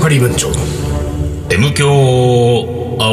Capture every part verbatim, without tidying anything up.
カリー番長 M 強ア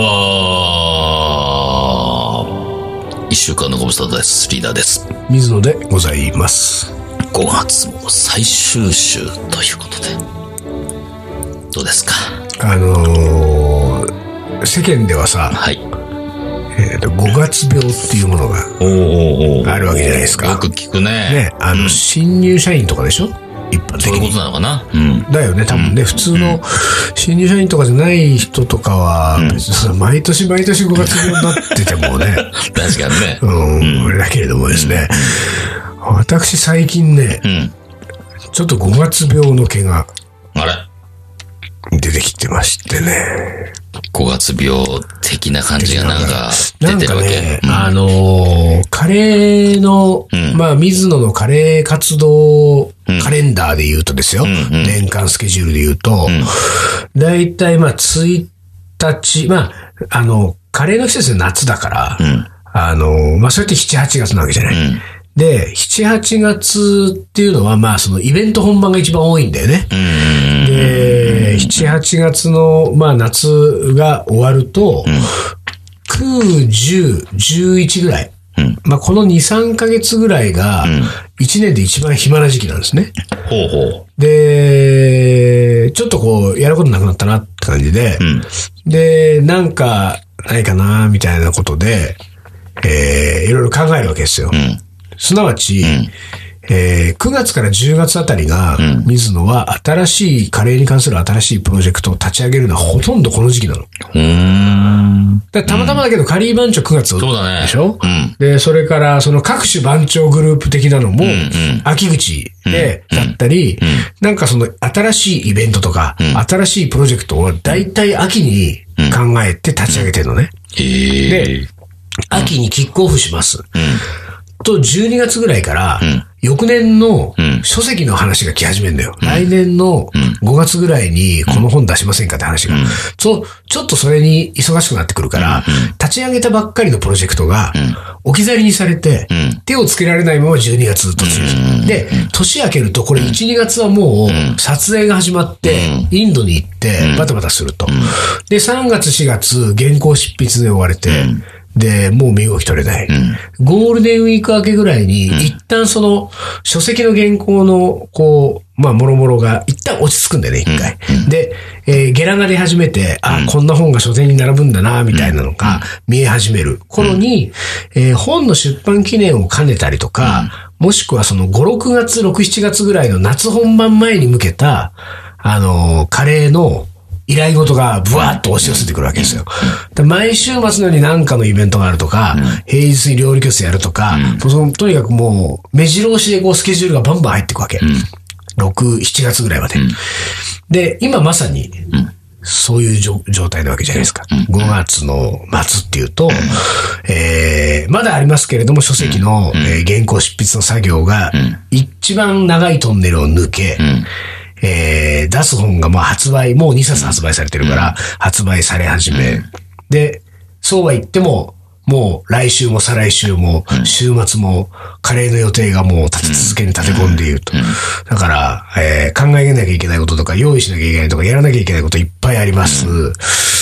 ワー。一週間のご無沙汰です。リーダーです。 水野でございます。 ごがつも最終週ということで、どうですか？ あのー、世間ではさ、 はい、 えーと、ごがつ病っていうものがあるわけじゃないですか。 よく聞くね。 ね、あの、うん、新入社員とかでしょ？一般的に。 そういうことなのかな、うん、だよね、多分ね、うん、普通の新入社員とかじゃない人とかは、別に毎年毎年ごがつ病になっててもね。 確かにね。 うん、うん、だけれどもですね、うん、私最近ね、うん、ちょっとごがつ病の毛が、 あれ出てきてましてね。 ごがつ病的な感じがなんか出てるわけ。なんかね、 うん、あのー、カレーの、うん、まあ、水野のカレー活動カレンダーで言うとですよ、うんうん、年間スケジュールで言うと、だいたいまあ、ついたち、まあ、あの、カレーの季節で夏だから、うん、あの、まあ、それってしち、はちがつなわけじゃない。うんで、しち、はちがつっていうのは、まあ、そのイベント本番が一番多いんだよね。で、しち、はちがつの、まあ、夏が終わると、うん、く、じゅう、じゅういちぐらい。うん、まあ、このに、さんかげつぐらいが、いちねんで一番暇な時期なんですね。 ほうほう。 で、ちょっとこう、やることなくなったなって感じで、うん、で、なんか、ないかな、みたいなことで、えー、いろいろ考えるわけですよ。うんすなわち、うんえー、くがつからじゅうがつあたりが、うん、水野は新しい、カレーに関する新しいプロジェクトを立ち上げるのはほとんどこの時期なの。うーんだたまたまだけど、うん、カリー番長くがつでしょ、 そうだねうん、 で、それからその各種番長グループ的なのも、うんうん、秋口で、だったり、うんうん、なんかその新しいイベントとか、うん、新しいプロジェクトをだいたい秋に考えて立ち上げてるのね。 うんうん、 で、秋にキックオフします。うんと、じゅうにがつぐらいから、うん、翌年の書籍の話が来始めるんだよ。うん、来年のごがつぐらいにこの本出しませんかって話が。うん、ちょ、ちょっとそれに忙しくなってくるから、うん、立ち上げたばっかりのプロジェクトが置き去りにされて、うん、手をつけられないままじゅうにがつ突入する。うん、で、年明けるとこれいち、にがつはもう撮影が始まって、インドに行ってバタバタすると。で、さんがつ、しがつ原稿執筆で追われて、うんで、もう身動き取れない、うん。ゴールデンウィーク明けぐらいに、うん、一旦その、書籍の原稿の、こう、まあ、もろもろが、一旦落ち着くんだよね、一回。うん、で、えー、ゲラが出始めて、あ、うん、こんな本が書店に並ぶんだな、みたいなのが見え始める。頃に、えー、本の出版記念を兼ねたりとか、もしくはそのご、ろくがつ、ろく、しちがつぐらいの夏本番前に向けた、あのー、カレーの、依頼事がブワーッと押し寄せてくるわけですよ。毎週末のように何かのイベントがあるとか、うん、平日に料理教室やるとか、うん、そのとにかくもう、目白押しでこうスケジュールがバンバン入っていくわけ。うん、ろく、しちがつぐらいまで。うん、で、今まさに、そういう状態なわけじゃないですか。うん、ごがつの末っていうと、うんえー、まだありますけれども、書籍の、うんえー、原稿執筆の作業が、一番長いトンネルを抜け、うんえー、出す本がもう発売、もうにさつ発売されてるから、うん、発売され始め、うん、で、そうは言っても、もう来週も再来週も、週末も、カレーの予定がもう立て続けに立て込んでいると。うん、だから、えー、考えなきゃいけないこととか、用意しなきゃいけないとか、やらなきゃいけないこといっぱいあります。うん、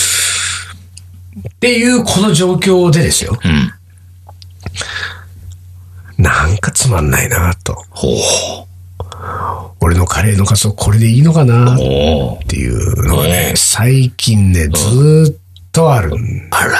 っていう、この状況でですよ。うん、なんかつまんないなと。 ほう。 俺のカレーの活動これでいいのかなっていうのがね、最近ね、ずーっとある。 あら。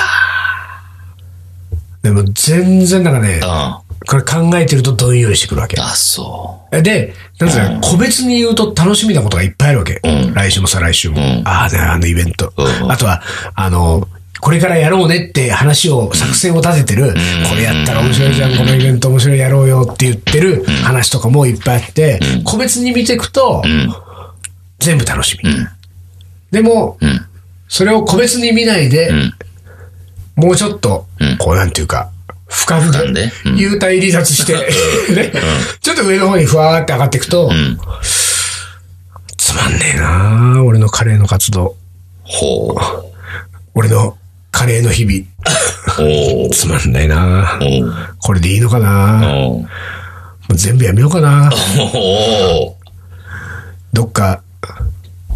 でも全然なんかね、これ考えてるとどんよりしてくるわけ。 あ、そう。 で、なんですか、個別に言うと楽しみなことがいっぱいあるわけ。うん、来週も再来週も。うん、ああ、ね、あのイベント。うん、あとは、あの、これからやろうねって話を、作戦を立ててる、うん、これやったら面白いじゃん、このイベント面白いやろうよって言ってる話とかもいっぱいあって、うん、個別に見ていくと、うん、全部楽しみ。うん、でも、うん、それを個別に見ないで、うん、もうちょっと、うん、こうなんていうか、俯瞰で、うん、幽体離脱して、ねうん、ちょっと上の方にふわーって上がっていくと、うん、つまんねえな俺のカレーの活動。 ほう。 俺のカレーの日々。つまんないなこれでいいのかなもう全部やめようかなどっか、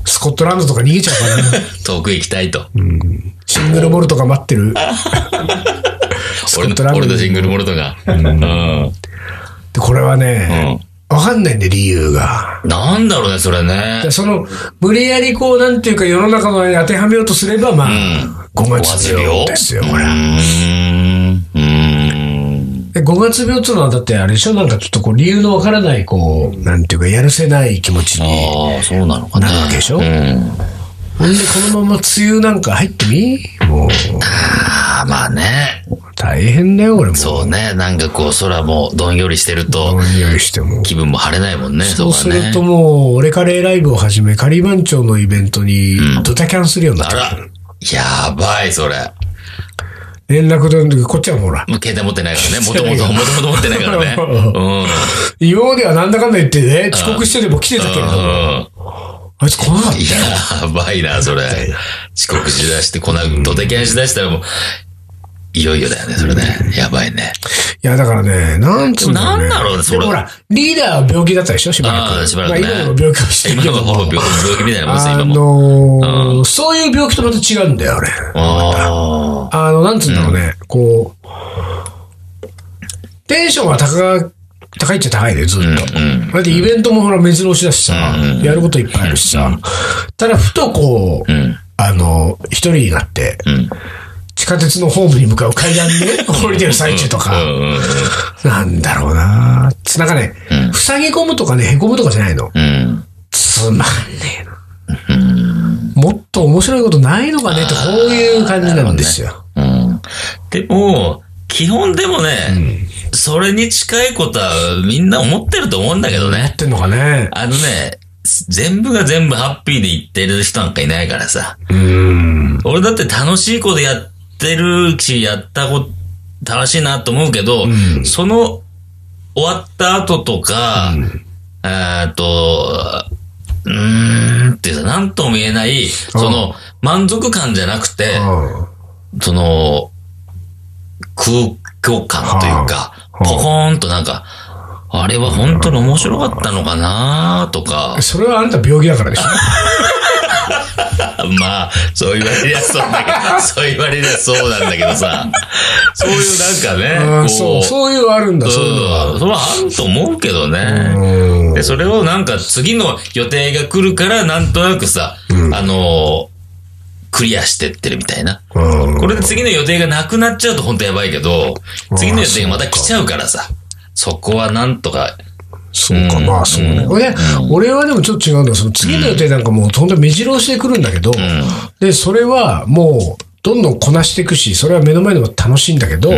スコットランドとか逃げちゃうからね。 遠く行きたいと。 うん、シングルモルトが待ってる。 俺の、俺のシングルモルトが。うんうん、 でこれはね、うん、わかんないんで、理由が。 なんだろうね、それね。 その、無理やりこう、なんていうか世の中のに当てはめようとすれば、まあ、うん、ごがつ病ですよ、これ。うーん。うーん。で、ごがつ病っていうのは、だってあれでしょ、なんかちょっとこう、理由のわからない、こう、なんていうか、やるせない気持ちに。 ああ、そうなのかな。 なるわけでしょ。うん。ほんで、このまま梅雨なんか入ってみもう。 ああ、まあね。 大変だよ、俺も。 そうね。なんかこう、空もどんよりしてると。 どんよりしても。 気分も晴れないもんね。 そうするともう、俺カレーライブをはじめ、仮番長のイベントにドタキャンするようになってる。 うん、あら、やばい、それ。 連絡で、こっちはほら。 もう携帯持ってないからね。もともと、もともと持ってないからね。うん。 今まではなんだかんだ言ってね、遅刻してでも来てたけれども。あいつ来なかった。 やばいな、それ。遅刻しだして来なく、ドタキャンしだしたらもう、いよいよだよね、それね。やばいね。 いや、だからね、なんつうの、 ね。なんだろうね、それ。 ほら、リーダーは病気だったでしょ、しばらく。 ああ、しばらくね。 まあ、今も病気をしてるけど。 今も病気みたいなもんですよ、今も。 あのーうん、そういう病気とまた違うんだよ、あれ。ああ。あの、なんつうんだろうね、うん、こう、テンションは高高いっちゃ高いで、ずっと。うんうん、だってイベントもほら珍しだしさ、うんうん、やることいっぱいあるしさ、うん、ただふとこう、うん、あの、一人になって、うん、地下鉄のホームに向かう階段で降りてる最中とか、なんだろうなぁ。なんかね、うん、塞ぎ込むとかね、へこむとかじゃないの。うん、つまんねえの、うん。もっと面白いことないのかねって、こういう感じなんですよ。 ね、うん、でも、基本でもね、うん、それに近いことはみんな思ってると思うんだけどね。 思ってんのかね。 あのね、全部が全部ハッピーで言ってる人なんかいないからさ。 うーん、俺だって楽しいことやってるし、やったこと、楽しいなと思うけど、うん、その終わった後とか、うん、えっと、うーんってさ、なんとも言えない、その満足感じゃなくて、その、空虚感というか、ポコーンとなんか、あれは本当に面白かったのかなとか。 それはあんた病気だからでしょまあ、そう言われりゃそうだけど、そう言われりゃそうなんだけどさ、そういうなんかね、 そう、そういうあるんだ、そういうのは。 それはあると思うけどね。で、それをなんか次の予定が来るからなんとなくさ、うん、あの、クリアしてってるみたいな。これで次の予定がなくなっちゃうと本当やばいけど、次の予定がまた来ちゃうからさ、そこはなんとか。 そうか、うん、まあそうね。うん、俺、俺はでもちょっと違うんだよ。その次の予定なんかもう本当に目白押しで来るんだけど、うん、で、それはもうどんどんこなしていくし、それは目の前でも楽しいんだけど、うん、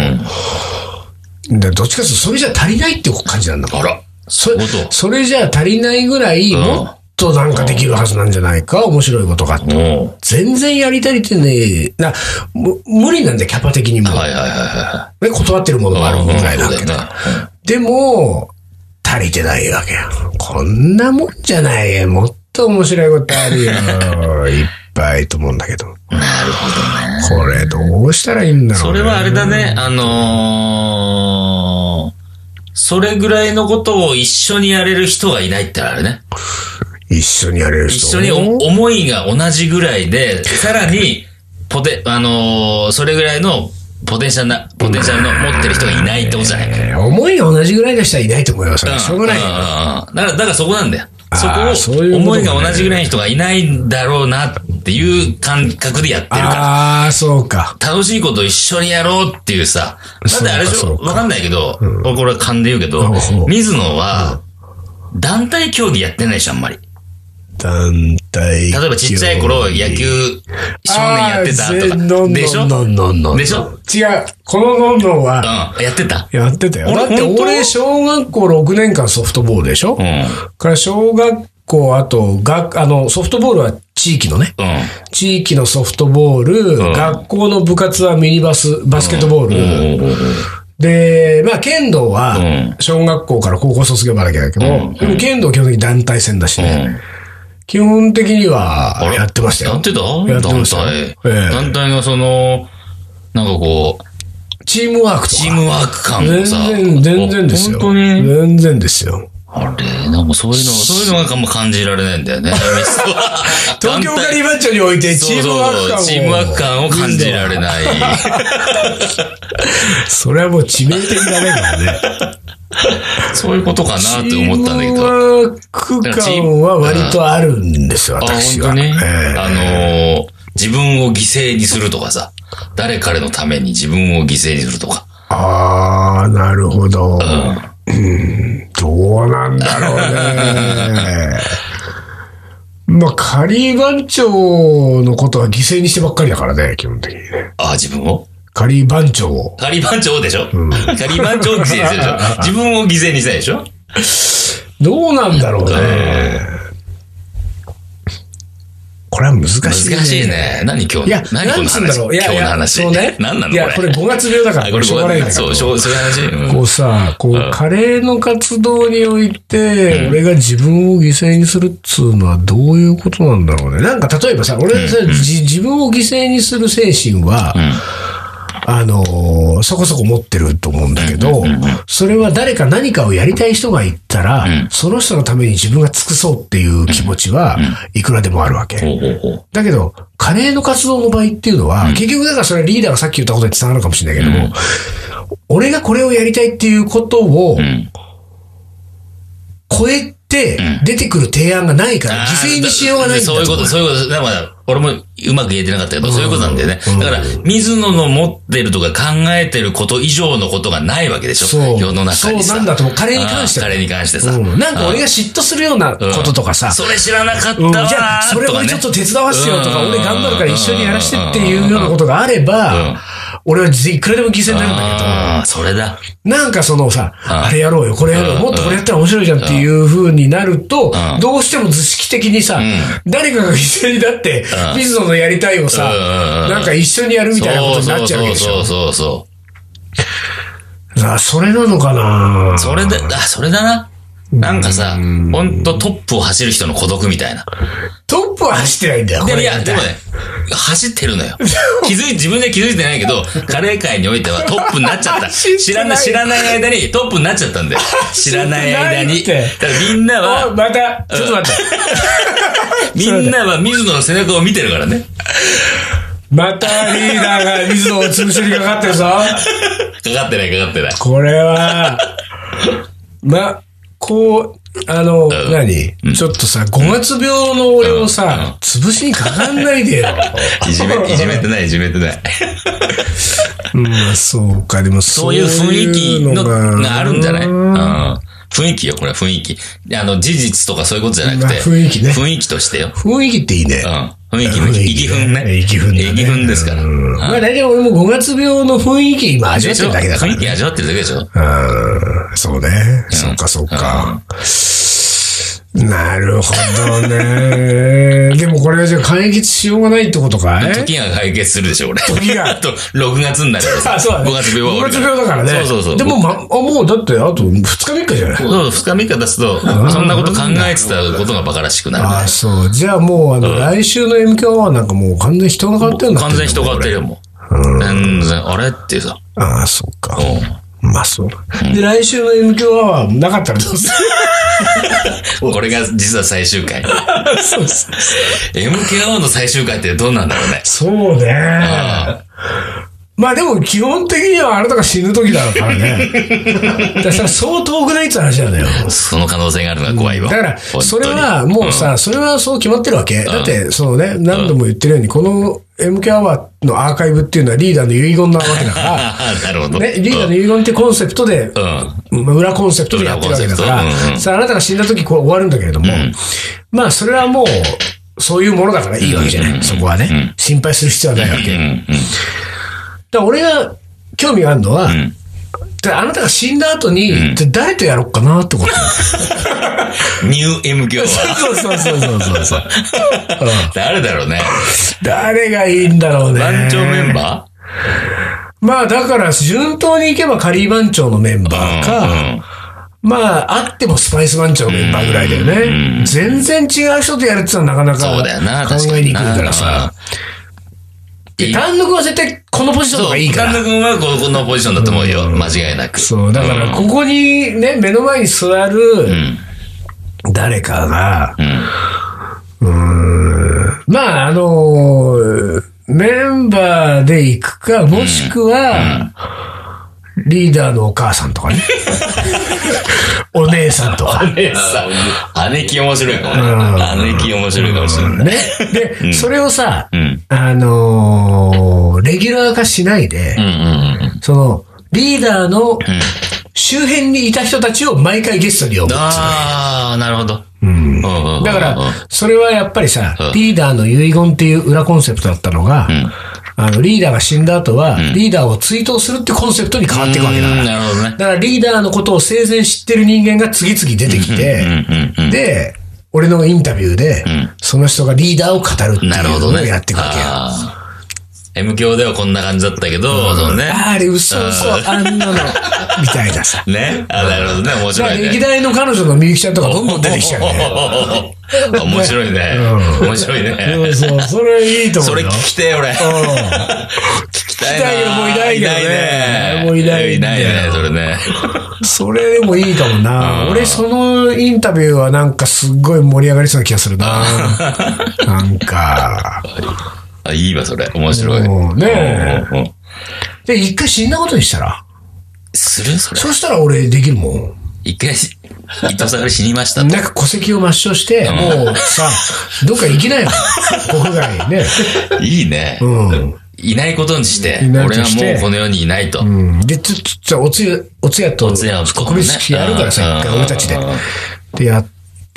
でどっちかというとそれじゃ足りないっていう感じなんだから。 あら、 それ、それじゃ足りないぐらい、もっとなんかできるはずなんじゃないか、面白いことがと。全然やりたりってね、な、無理なんだよ、キャパ的にも。 はいはいはいはい。 ね、断ってるものがあるぐらいなんだけど。でも、足りてないわけよ。こんなもんじゃないよ。もっと面白いことあるよ。いっぱいと思うんだけど。 なるほどね。 これどうしたらいいんだろうね。 それはあれだね。あのー、それぐらいのことを一緒にやれる人がいないってあるね。 一緒にやれる人。 一緒に思いが同じぐらいで、さらに、ポテ、あのー、それぐらいのポテンシャルな、ポテンシャルの持ってる人がいないってことじゃないか。 えー、思いが同じぐらいの人はいないと思うよ。それはしょうがないよ。だから、だからそこなんだよ。そこを、思いが同じぐらいの人がいないんだろうなっていう感覚でやってるから。 ああ、そうか。 楽しいことを一緒にやろうっていうさ。だってあれでしょ、わかんないけど、うん、これは勘で言うけど、水野は、団体競技やってないでしょ、あんまり。 団体。 例えばちっちゃい頃野球少年やってたとか。でしょでしょ違う。このノンノンは。 うん。やってたやってたよ。だって俺、小学校ろくねんかんソフトボールでしょうん。から小学校、あと、学、あの、ソフトボールは地域のね。うん。地域のソフトボール、うん、学校の部活はミニバス、バスケットボール。うんうんうん、で、まあ、剣道は、小学校から高校卒業までだけど、うん、でも剣道は基本的に団体戦だしね。うん、基本的にはやってましたよ。 やってたやってました。 団体、ええ。団体のその、なんかこう、 チームワークとか。 チームワーク感がさ。 全然、全然ですよ。 本当に全然ですよ。 あれ、なんもうそういうの、そういうのがもう感じられないんだよね。 東京カリー番長においてチームワーク感を。 チームワーク感を感じられない。 それはもう致命的だね、からね。 そういうことかなって思ったんだけど。 チームワーク感は割とあるんですよ、私は。 あ、本当ね。えー、あのー、自分を犠牲にするとかさ。誰彼のために自分を犠牲にするとか。 ああ、なるほど。うん、どうなんだろうね。まあ、カリー番長のことは犠牲にしてばっかりだからね、基本的にね。 ああ、自分をカリー番長を。 カリー番長でしょ、うん、カリー番長を犠牲にするでしょ自分を犠牲にしたでしょどうなんだろうね。これは難しいね。 難しいね。何今日、 いや、 何この話いや、 今日の話。 そうね。 何なのこれ。 いや、これごがつ病だから、これしょうがないんだけど。 そう、そういう話。 うん、こうさ、こう、カレーの活動において、俺が自分を犠牲にするっつうのはどういうことなんだろうね。なんか例えばさ、俺さ、自分を犠牲にする精神は、あのー、そこそこ持ってると思うんだけど、それは誰か何かをやりたい人が言ったら、うん、その人のために自分が尽くそうっていう気持ちはいくらでもあるわけ。だけど、カレーの活動の場合っていうのは、うん、結局だからそれはリーダーがさっき言ったことに伝わるかもしれないけども、うん、俺がこれをやりたいっていうことを超えて出てくる提案がないから犠牲にしようがないんだと思う。 そういうこと、そういうこと。だから俺もうまく言えてなかったけど、そういうことなんだよね。だから、水野の持ってるとか考えてること以上のことがないわけでしょ。そう世の中にさ。 そうなんだと思う。カレーに関しては。 カレーに関してさ、 うん。なんか俺が嫉妬するようなこととかさ。うん、 それ知らなかったわー、うん。 じゃあ、それ俺ちょっと手伝わせてよとか、俺頑張るから一緒にやらせてっていうようなことがあれば、俺はいくらでも犠牲になるんだけど。 ああ、それだ。 なんかそのさ、あれやろうよ、これやろうよ、もっとこれやったら面白いじゃんっていう風になると、どうしても図式的にさ、誰かが犠牲になって、水野のやりたいをさ、なんか一緒にやるみたいなことになっちゃうわけでしょ。 そうそうそう。 あ、それなのかな。 それで、あ、それだな。なんかさ、ほんとトップを走る人の孤独みたいな。 トップは走ってないんだよ。 でもいや、でもね、走ってるのよ。気づい、自分で気づいてないけど、カレー界においてはトップになっちゃった。知らない、知らない間にトップになっちゃったんだよ。知らない間に。だからみんなは、 また、ちょっと待って。 みんなは水野の背中を見てるからね。 またリーダーが水野を潰しにかかってるぞ。かかってない、かかってない。 これは、ま、こう、あの、うん、何、うん、ちょっとさ、ごがつ病の俺をさ、うんうん、潰しにかかんないでよ。 いじめ、いじめてない、いじめてない。 うん、そうか、でもそういう雰囲気のがあるんじゃない、うん、雰囲気よ、これは雰囲気。あの、事実とかそういうことじゃなくて。まあ、 雰囲気ね。 雰囲気としてよ。 雰囲気っていいね。 うん。雰囲気の意気分ね。 意気分ね。 意気分ですから。 まあ大体俺もごがつ病の雰囲気今味わってるだけだから。 雰囲気味わってるだけでしょ。 うん。そうね。そうか、そうか。なるほどね。でもこれはじゃあ解決しようがないってことかい？ 時が解決するでしょ、俺。 時が。 あと、ろくがつになるから。 あ、そうだね。 ごがつ病はごがつ病だからね。 そうそうそう。 でも、ま、あ、もうだって、あとふつかみっかじゃない？ そう、ふつかみっか経つと、そんなこと考えてたことが馬鹿らしくなる。 ああ、そう。じゃあもう、あの、来週の エムキューアワーなんかもう完全に人が変わってるんだって。 完全に人が変わってるよ、もう。全然、あれってさ。 ああ、そうか。まあそう。で、来週の エムキューアワーなかったらどうする？ これが実は最終回。 そうそう。 エムケーオー の最終回ってどうなんだろうね。 そうね。まあでも基本的にはあなたが死ぬ時だからね。だからそう遠くないって話なんだよ。 その可能性があるのが怖いわ。 だから、それはもうさ、うん、それはそう決まってるわけ。だって、そのね、何度も言ってるように、この エムケー アワーのアーカイブっていうのはリーダーの遺言なわけだから。 なるほど。 ね、リーダーの遺言ってコンセプトで、うん、裏コンセプトでやってるわけだから、うんうん、さあ、あなたが死んだ時こう終わるんだけれども、うん、まあそれはもう、そういうものだからいいわけじゃない。うん、そこはね、うん、心配する必要はないわけ。うんうん、だから俺が、興味があるのは、うん、あなたが死んだ後に、うん、誰とやろうかなってこと。 ニュー エムキュー は。 そうそうそうそうそうそう、うん。 誰だろうね。 誰がいいんだろうね。 番長メンバー？まあだから順当にいけばカリー番長のメンバーか、うんうん、まああってもスパイス番長のメンバーぐらいだよね。うんうん、全然違う人とやるってのはなかなか考えにくいからさ。丹野くんは絶対このポジションがいいから。 丹野くんはこのポジションだと思うよ。間違いなく。 そう。だから、ここにね、目の前に座る、 誰かが、うん、うーんまあ、あのー、メンバーで行くか、もしくは、うん、リーダーのお母さんとかね。お姉さんとか。 お姉さん。姉貴面白いかもね。姉貴面白いかもしれない。ね。 で、うん、それをさ、 うん、 あのー、レギュラー化しないで、 うんうんうん、 その、リーダーの周辺にいた人たちを毎回ゲストに呼ぶ。 ああ、なるほど。 うん、だから、それはやっぱりさ、リーダーの遺言っていう裏コンセプトだったのが、うん、あの、リーダーが死んだ後は、うん、リーダーを追悼するってコンセプトに変わっていくわけだから。 なるほどね。 だからリーダーのことを生前知ってる人間が次々出てきて、で、俺のインタビューで、うん、その人がリーダーを語るっていうのをやっていくわけよ。 M 教ではこんな感じだったけど、うん、そうね。 あれ、嘘嘘、あんなの、みたいなさ。 ね。あ、なるほどね。面白いね。 歴代の彼女のみゆきちゃんとかどんどん出てきちゃうね。 面白いね。うん、面白いね。 そうそう、それいいと思う。 それ聞きて、俺。聞きたいな。聞きたいけど、 もういないけどね。もういない。 いないね、それね。 それでもいいかもな。俺、そのインタビューはなんかすっごい盛り上がりそうな気がするな。なんか。 あ、いいわ、それ。面白い。 ねえ。で、一回死んだことにしたらするそれ。 そしたら俺できるもん。 一回、伊藤さんが死にましたと。 なんか戸籍を抹消して、もうさ、どっか行きなよ。国外ね。 いいね。 うん。 いないことにして、俺はもうこの世にいないと。 うん。で、ちょっと、おつや、おつやと、国立式やるからさ、一回俺たちで。で、やって、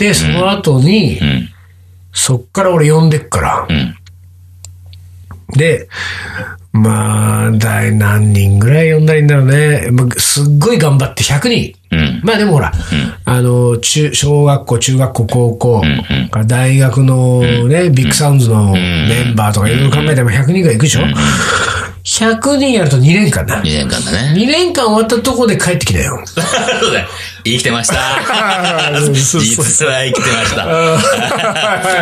その後に、そっから俺呼んでっから。 うんで、まあ、大何人ぐらい呼んだらいいんだろうね。すっごい頑張ってひゃくにん。 うん、 まあでもほら、うん、あの、中、小学校、中学校、高校、うんうん、大学のね、うん、ビッグサウンズのメンバーとかいろいろ考えてもひゃくにんぐらい行くでしょ、うんうん、ひゃくにんやるとにねんかんだ。 にねんかんだね。 にねんかん終わったとこで帰ってきたよ。 そうだよ。生きてました。実は生きてました。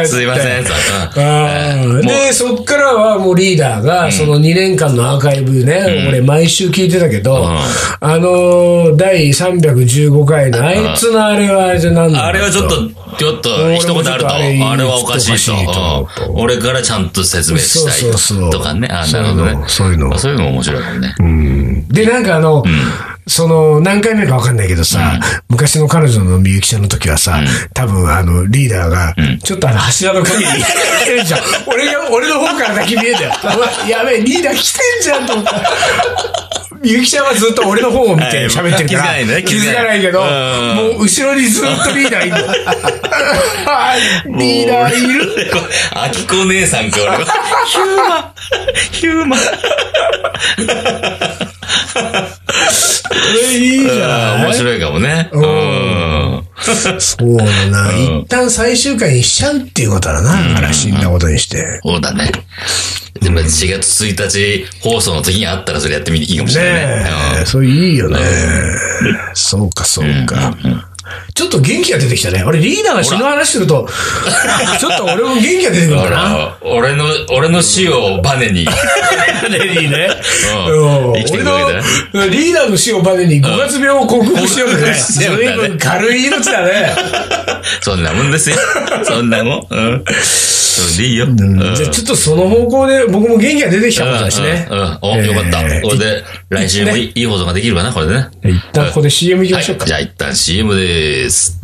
すいません。 で、そっからはもうリーダーが、そのにねんかんのアーカイブね、俺毎週聞いてたけど、あの、だいさんびゃくじゅうごかいのあいつのあれはあれじゃなんだあれはちょっと、ちょっと一言あると、あれはおかしいと。俺からちゃんと説明したいとかね。あ、なるほどね。 そういうの。 そういうのも面白いもんね。 で、なんかあの、その、何回目かわかんないけどさ、うん、昔の彼女のみゆきちゃんの時はさ、うん、多分あの、リーダーが、うん、ちょっとあの、柱の陰に来てるじゃん。俺が、俺の方からだけ見えたよ。やべえ、リーダー来てんじゃんと思った。みゆきちゃんはずっと俺の方を見て喋ってるから、気づかないね。気づかないけど、もう後ろにずっとリーダーいる。リーダーいる。 あきこ姉さんか、俺は。ヒューマヒューマこれいいじゃん。 面白いかもね。うん。 そうだな、うん。一旦最終回にしちゃうっていうことだな。だから死んだことにして。 そうだね。でもしがつついたち放送の時にあったらそれやってみていいかもしれないね。 ねえ。それいいよね。そうか、そうか。ちょっと元気が出てきたね。俺リーダーが死ぬ話すると、ちょっと俺も元気が出てくるんだな。 俺の、俺の死をバネに。バネにね。うん。生きてくれた。リーダーの死をバネにごがつ病を克服しようってね。随分軽い命だね。 そんなもんですよ。そんなもん。うん。それでいいよ。 じゃあちょっとその方向で僕も元気が出てきたことだしね。 うん。お、よかった。これで来週もいい放送ができるかな、これでね。 一旦ここで シーエム 行きましょうか。 じゃあ一旦 シーエム でーす。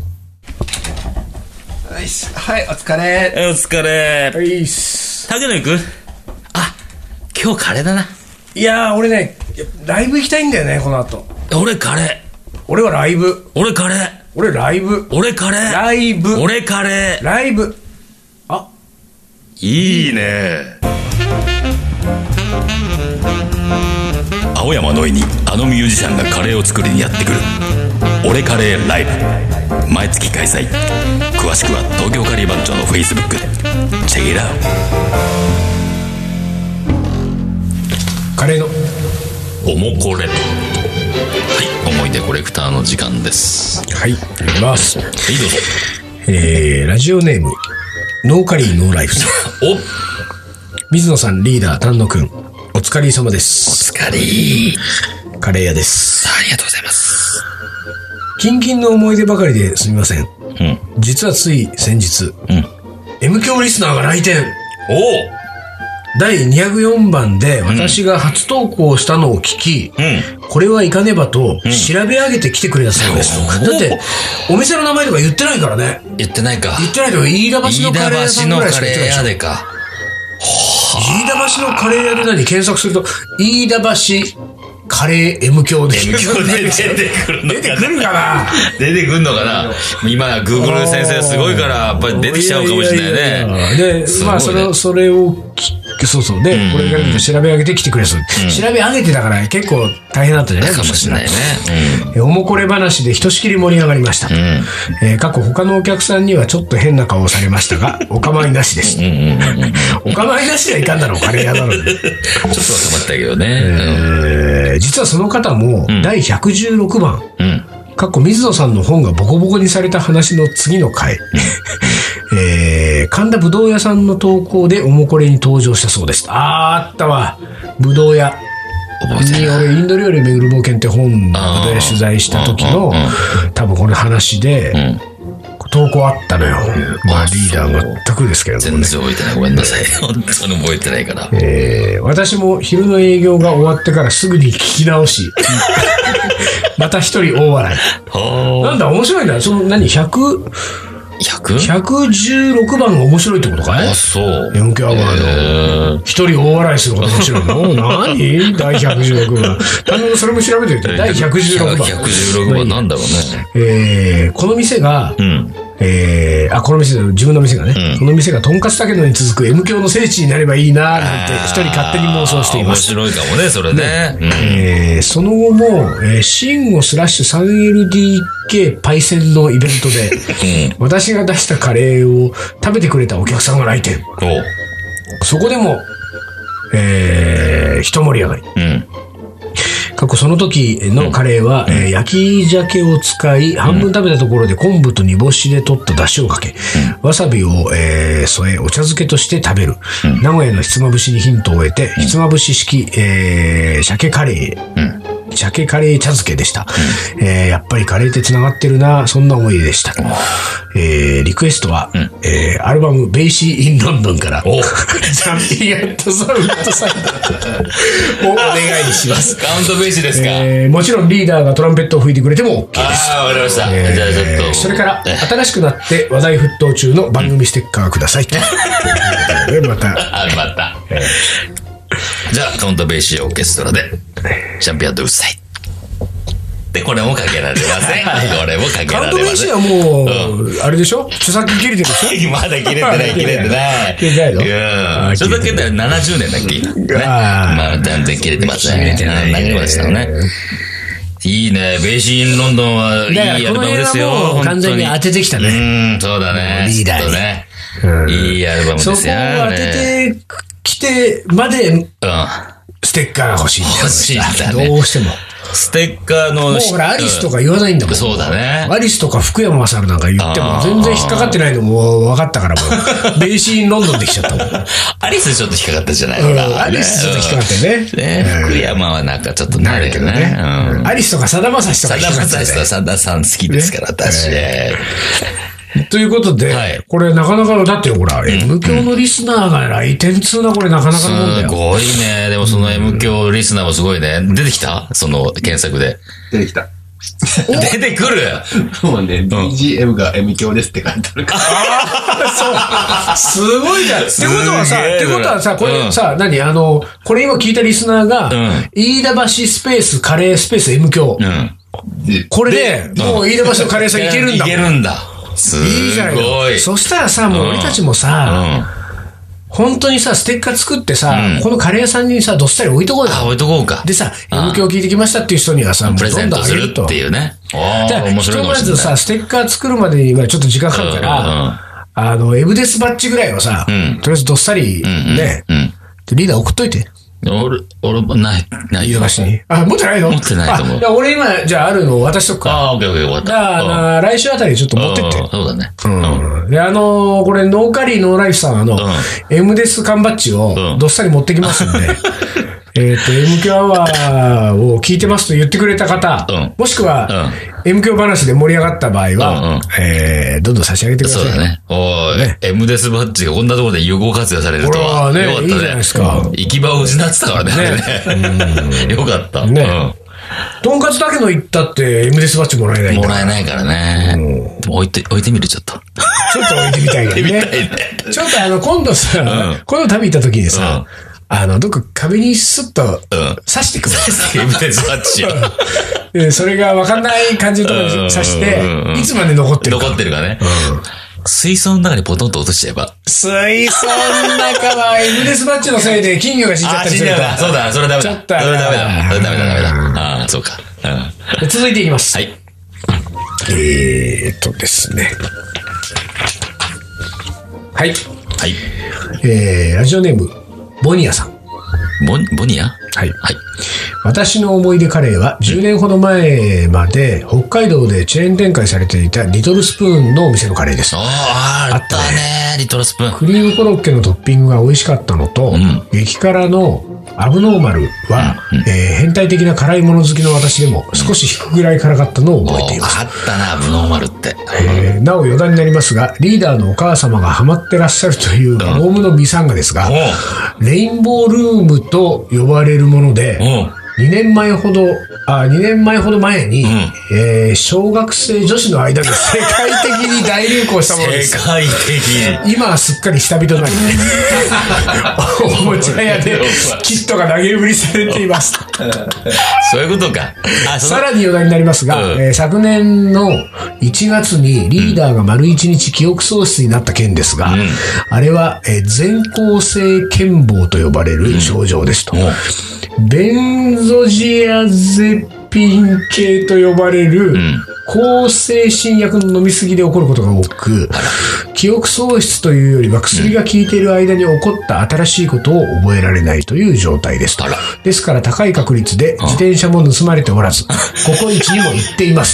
はい、お疲れ。 お疲れ。 はい、す。 竹野行く？あ、今日カレーだな。 いやー、俺ね、ライブ行きたいんだよね、この後。 俺カレー。 俺はライブ。 俺カレー。 俺ライブ。 俺カレー。 ライブ。 俺カレー。 ライブ。あ、 いいね。青山のいにあのミュージシャンがカレーを作りにやってくる。俺カレーライブ。毎月開催。詳しくは東京カリー番長のフェイスブックでチェックイットアウト。カレーのおもこれ。はい、思い出コレクターの時間です。 はい、いきます。 はい、どうぞ。 えー、ラジオネームノーカリーノーライフさん。 お、 水野さん、リーダー丹野くん、お疲れ様です。 お疲れ。 カレー屋です。 ありがとうございます。 近々の思い出ばかりですみません。 うん。 実はつい先日、 うん。 M 響リスナーが来店。 おおだいにひゃくよんばんで私が初投稿したのを聞き、 うん。 これはいかねばと調べ上げてきてくれたそうですと。 うんだって、お店の名前とか言ってないからね。 言ってないか。 言ってないと飯田橋のカレー屋さんぐらいしか言ってないでしょ。 飯田橋のカレー屋でか。 飯田橋のカレー屋で何検索すると、飯田橋カレー M 響で。 M 響で出てくるの出てくるかな出てくるのかな今、Google 先生すごいから、やっぱり出てきちゃうかもしれないね。 いやいやいやで、 すごいねまあ、それを、それを聞そうそう。で、 うんこれから調べ上げてきてくれそう。調べ上げてたから結構大変だったじゃないかもしれないね。 えおもこれ話でひとしきり盛り上がりました。 うん。うん。 えー過去他のお客さんにはちょっと変な顔をされましたが、お構いなしです。 うんうんうんうん。 お構いなしはいかんだろう、カレー屋なのに。 ちょっとはかまったけどね。 えー実はその方も、だいひゃくじゅうろくばん、 うん。うん。 かっこ水野さんの本がボコボコにされた話の次の回、えー、神田ぶどう屋さんの投稿でおもこれに登場したそうです。あー、あったわ。ぶどう屋。 覚えてに俺、インド料理を巡る冒険って本で取材した時の、多分この話で、 うん。 投稿あったのよ。まあ、リーダー全くですけれども全ね。 然覚えてない。ごめんなさい。本当に覚えてないから。 えー私も昼の営業が終わってからすぐに聞き直し、また一人大笑い。 はなんだ、面白いんだ。その、何、ひゃく、 あ。ひゃく? ひゃくじゅうろくばんが面白いってことかいあ、そう。 エムキューアワーの。一人大笑いするほど面白いの何だいひゃくじゅうろくばん。頼む、それも調べておいて。だいひゃくじゅうろくばん。 ひゃくじゅうろくばんなんだろうね。 えー、この店が、 うん。 えー、あ、この店だ、自分の店がね、 うんこの店がとんかつたけのに続く M 響の聖地になればいいな、なんて一人勝手に妄想しています。 面白いかもね、それね。うん。 えーその後も、えー、シンゴスラッシュ スリーエルディーケー パイセンのイベントで、私が出したカレーを食べてくれたお客さんが来店。 おそこでも、えー、一盛り上がり。 うん。 過去その時のカレーは、えー焼き鮭を使い、半分食べたところで昆布と煮干しで取った出汁をかけ、わさびを、えー添え、お茶漬けとして食べる。名古屋のひつまぶしにヒントを得て、ひつまぶし式、えー鮭カレー、 うん。 鮭カレー茶漬けでした。えーやっぱりカレーって繋がってるな、そんな思いでした。えーリクエストは、えーアルバム、ベイシー・イン・ロンドンから、ジおャンピング・アット・サウンド・サイドをお願いします。 カウントベースですか、 えーもちろんリーダーがトランペットを吹いてくれても OK です。 ああ、わかりました。 えーじゃあちょっと。 それから、 え新しくなって話題沸騰中の番組ステッカーください。ということでまた、 あ、また。じゃあ、カウントベーシーオーケストラで、チャンピオンとうっさい。で、これもかけられません。これもかけカウンられません。 トベーシーはもう、あれでしょ著作権切れてるでしょまだ切れてない、切れてない。 切れてないのうん。ちょっと切れてない。ななじゅうねんだっけね。 あーまあ、全然切れてますね。 切れてないうん何もですよね。いいね。ベーシー・イン・ロンドンはいいアルバムですよ。 だからこの辺はもう完全に当ててきたねうん、そうだね。 リーダーにちょっとね。 うんいいアルバムですよ。 そこを当ててきてまで、 うん。 ステッカーが欲しいんだよ。 欲しいんだねどうしても。 ステッカーの。 もうほら、アリスとか言わないんだもん。 そうだね。 アリスとか福山雅治なんか言ってもあー全然引っかかってないのも分かったからもう、ベーシーインロンドンできちゃったもん。 アリスちょっと引っかかったじゃないうんほらアリスちょっと引っかかってね。 ね、福山はなんかちょっとなるけどね。 うん。 アリスとかさだまさしとかさだ引っかかってねまさしとさださん好きですから、私。 ということで、 はいこれなかなかの、だってほら、M 響のリスナーが来店通なこれなかなかのもんだよ。 すごいね。でもその M 響リスナーもすごいね。出てきたその検索で。 出てきた。 出てくるもうね、ビージーエム が M 響ですって書いてあるから。 すごいじゃん。ってことはさ、 すげえってことはさ、こうんれさ、何あの、これ今聞いたリスナーが、 ん飯田橋スペースカレースペース M 響。 うん。 これで、もう飯田橋のカレー屋さん行けるんだもん。 いけるんだ。すいいじゃないのごい。 そしたらさ、もう俺たちもさ、本当にさ、ステッカー作ってさ、 うんこのカレー屋さんにさ、どっさり置いとこうよ。 あ、置いとこうか。 でさ、 うん M 響聞いてきましたっていう人にはさ、もうプレゼントするっどんどんあげると。 ていうね。ああ、 じゃあ、 面ひと白いかもしれない。 まずさ、ステッカー作るまでにはちょっと時間かかるから、あの、エブデスバッジぐらいをさ、 うんとりあえずどっさりうん。 ね、 うん。 リーダー送っといて。 俺、俺もない、ない。 飯田橋に。あ、持ってないの持ってないと思うあじゃあ俺今、じゃああるのを渡しとくか。 ああ、オッケーオッケー、よかっじゃあ、 た。 あの来週あたりちょっと持ってってうん。そうだね。 うん。で、あのーこれ、ノーカリーノーライフさん、あの、 う M デス缶バッジをうんどっさり持ってきますんで、 えっと、M 響アワーを聞いてますと言ってくれた方、うん、もしくは、うん、M 響話で盛り上がった場合は、うんうん、えー、どんどん差し上げてください。 そうだね。おー、ね、M デスバッジがこんなところで有効活用されるとは。 ね、 よかったね。 いいじゃないですか。 行き場を失ってたからね。ねよかった。 ね。うんとんかつだけの行ったって M デスバッジもらえないんだもらえないからね。うん、でも置いて、置いてみるちょっと。 ちょっと置いてみたいけどね。ねちょっとあの、今度さ、うん、今度旅行った時にさ、うん、あの、どっか壁にスッと刺してくる。 刺して M デスバッジを。 でそれが分かんない感じのところに刺して、いつまで残ってるか。 残ってるかね。うん水槽の中にポトンと落としちゃえば。 水槽の中は M デスバッジのせいで金魚が死んじゃったりするから。 そうだ、それダメだ。ちょっとそれダメだ。それダメだ、ダメだ。ああ、そうか。 うん、続いていきます。 はい。 えーっとですね。はい。 はい。 えー、ラジオネーム、ボニアさん。 ボ、ボニアはい。はい。私の思い出カレーはじゅうねんほど前まで北海道でチェーン展開されていたリトルスプーンのお店のカレーです。 ああ、あったね、リトルスプーン。 クリームコロッケのトッピングが美味しかったのと、うん、激辛のアブノーマルは、うんうんえー、変態的な辛いもの好きの私でも少し引くぐらい辛かったのを覚えています。 あったな、アブノーマルって。 えー、なお余談になりますが、リーダーのお母様がハマってらっしゃるというオウムのミサンガですが、うん、レインボールームと呼ばれるもので、うんにねんまえほど、あ、にねんまえほど前に、うんえー、小学生女子の間で世界的に大流行したものです。 世界的今はすっかり下火となり、おもちゃ屋でキットが投げ売りされています。 そういうことか。 あさらに余談になりますが、うんえー、昨年のいちがつにリーダーが丸一日記憶喪失になった件ですが、うん、あれは、えー、全校性健忘と呼ばれる症状ですと。うんベンゾジアゼピン系と呼ばれる抗精神薬の飲みすぎで起こることが多く、記憶喪失というよりは薬が効いている間に起こった新しいことを覚えられないという状態ですと。ですから高い確率で自転車も盗まれておらず、ココイチにも行っています。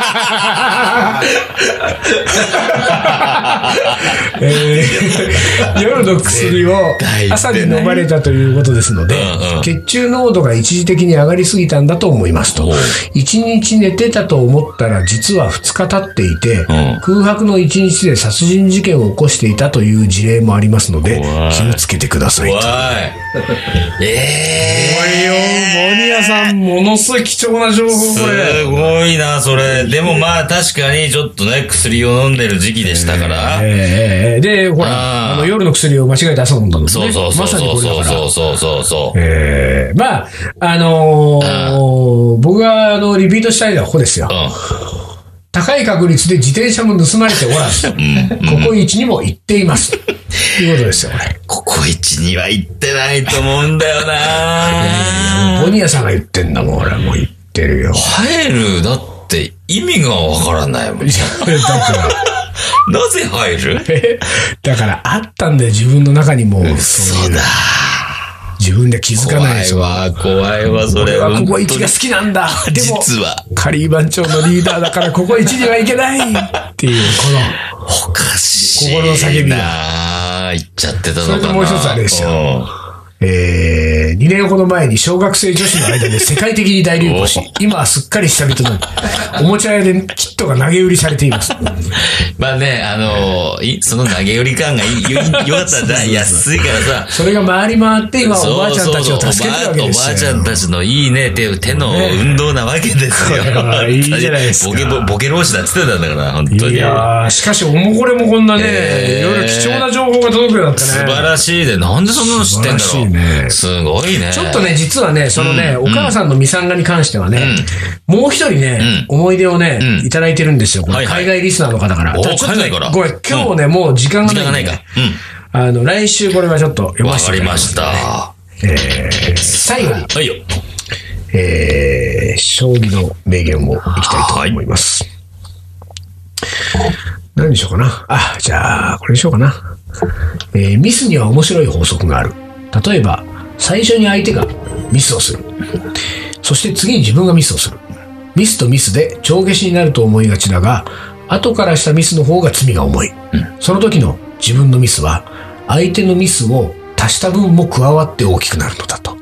えー、夜の薬を朝に飲まれたということですので、血中濃度が一時的に上がりすぎたんだと思いますと。一日寝てたと思ったら実は二日経っていて、空白の一日で殺人事件を起こしていたという事例もありますので、気をつけてくださいと。 ええー。モニアさん、ものすごい貴重な情報これ。 すごいな、それ。でもまあ確かにちょっとね、薬を飲んでる時期でしたから。 えー、で、ほら、あの夜の薬を間違えて朝飲んだんですね。 そうそうそうそうそうそうそうそうそう。 えー、まあ、あのー、僕があのリピートしたいのはここですよ。うん高い確率で自転車も盗まれておらず、ココイチにも行っています。ということですよ、これ。 ココイチには行ってないと思うんだよなボニアさんが言ってんだもん、俺はもう行ってるよ。 入るだって意味がわからないもん。だから。なぜ入るだからあったんだよ、自分の中にも。 そうだ。 自分で気づかないですわ。怖いわ、それは。 俺はココイチが好きなんだ。でも、 実は。 カリー番長のリーダーだからココイチには行けないっていう、この。 おかしい。 心の叫びが。 言っちゃってたのかな。 それともう一つあれですよ。えー、にねんほど前に小学生女子の間で世界的に大流行し、今はすっかり下火となり、おもちゃ屋でキットが投げ売りされています。 まあね、あのー、その投げ売り感がいいよかったんだ。安いからさ。 それが回り回って今おばあちゃんたちを助けてるわけですよ。 おばあちゃんたちのいいね、手、手の運動なわけですよ。 いいじゃないですか。 ボケ、ボケ老子だって言ってたんだから、本当に。 いやー、しかしおもこれもこんなね、えー、いろいろ貴重な情報が届くようになったね。 素晴らしいで、なんでそんなの知ってんだろう。ね、すごいね。 ちょっとね、実はね、そのね、うん、お母さんのミサンガに関してはね、うん、もう一人ね、うん、思い出をね、うん、いただいてるんですよ。この海外リスナーの方から。 はいはい、海外からごめん、今日ね、うん、もう時間がない、ね。時間がないか。うん。あの、来週これはちょっと読ませていただきます、ね。わかりました。えー、最後に。 はいよ。 えー、将棋の名言をいきたいと思います。はい、何にしようかな。あ、じゃあ、これにしようかな。えー、ミスには面白い法則がある。例えば、最初に相手がミスをする。そして次に自分がミスをする。ミスとミスで帳消しになると思いがちだが、後からしたミスの方が罪が重い。うん、その時の自分のミスは、相手のミスを足した分も加わって大きくなるのだと。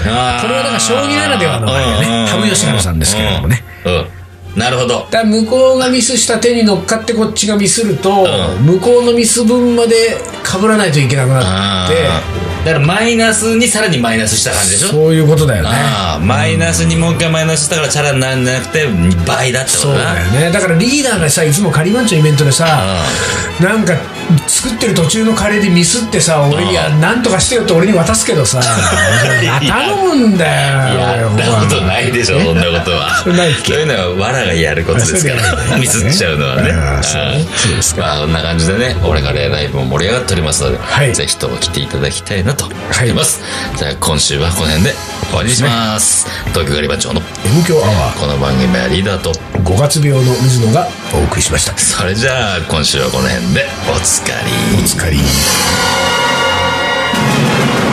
あーこれはだから将棋ならではのあれね、羽生善治さんですけれどもね。 うんうんなるほど。 だから向こうがミスした手に乗っかってこっちがミスると、向こうのミス分まで被らないといけなくなってだからマイナスにさらにマイナスした感じでしょ。 そういうことだよね。 ああマイナスにもう一回マイナスしたからチャラになるんじゃなくて倍だってことそうだな。 だよね。だからリーダーがさいつもカリーマンチョイベントでさなんか作ってる途中のカレーでミスってさ俺にはなんとかしてよって俺に渡すけどさ頼むんだよ。 やったことないでしょそんなことは。そういうのはわらがやることですからミスっちゃうのはね。 そうですか。 まあこんな感じでね俺がライブも盛り上がっておりますので、 はい、 ぜひとも来ていただきたいなと思います、はい、じゃあ今週はこの辺で終わりにします、ね、東京ガリバン長の M 強アワー。 この番組はリーダーとごがつ病の水野がお送りしました。 それじゃあ今週はこの辺でおつかりおつかり。